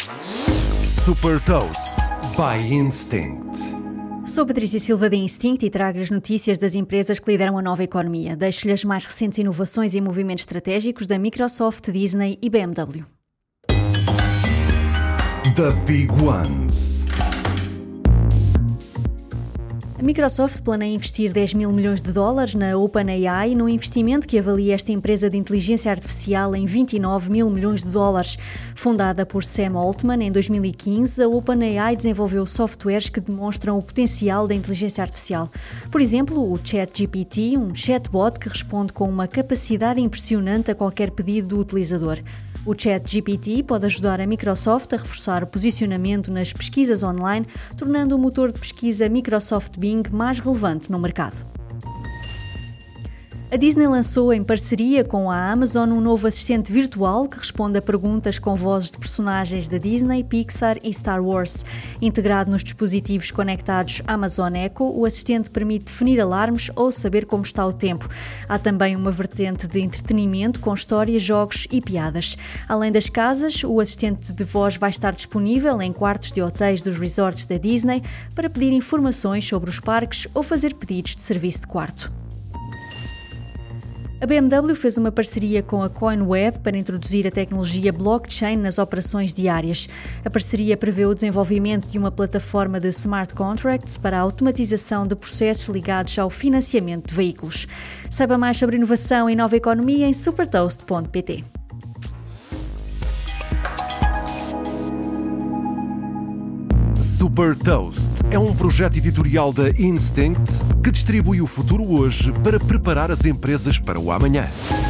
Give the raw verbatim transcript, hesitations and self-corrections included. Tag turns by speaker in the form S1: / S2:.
S1: Super Toast by Instinct.
S2: Sou Patrícia Silva da Instinct e trago as notícias das empresas que lideram a nova economia. Deixo-lhe as mais recentes inovações e movimentos estratégicos da Microsoft, Disney e B M W.
S1: The Big Ones.
S2: A Microsoft planeia investir dez mil milhões de dólares na OpenAI, num investimento que avalia esta empresa de inteligência artificial em vinte e nove mil milhões de dólares. Fundada por Sam Altman em dois mil e quinze, a OpenAI desenvolveu softwares que demonstram o potencial da inteligência artificial. Por exemplo, o ChatGPT, um chatbot que responde com uma capacidade impressionante a qualquer pedido do utilizador. O ChatGPT pode ajudar a Microsoft a reforçar o posicionamento nas pesquisas online, tornando o motor de pesquisa Microsoft Bing mais relevante no mercado. A Disney lançou, em parceria com a Amazon, um novo assistente virtual que responde a perguntas com vozes de personagens da Disney, Pixar e Star Wars. Integrado nos dispositivos conectados Amazon Echo, o assistente permite definir alarmes ou saber como está o tempo. Há também uma vertente de entretenimento com histórias, jogos e piadas. Além das casas, o assistente de voz vai estar disponível em quartos de hotéis dos resorts da Disney para pedir informações sobre os parques ou fazer pedidos de serviço de quarto. A B M W fez uma parceria com a Coinweb para introduzir a tecnologia blockchain nas operações diárias. A parceria prevê o desenvolvimento de uma plataforma de smart contracts para a automatização de processos ligados ao financiamento de veículos. Saiba mais sobre inovação e nova economia em supertoast ponto pt.
S1: Super Toast é um projeto editorial da Instinct que distribui o futuro hoje para preparar as empresas para o amanhã.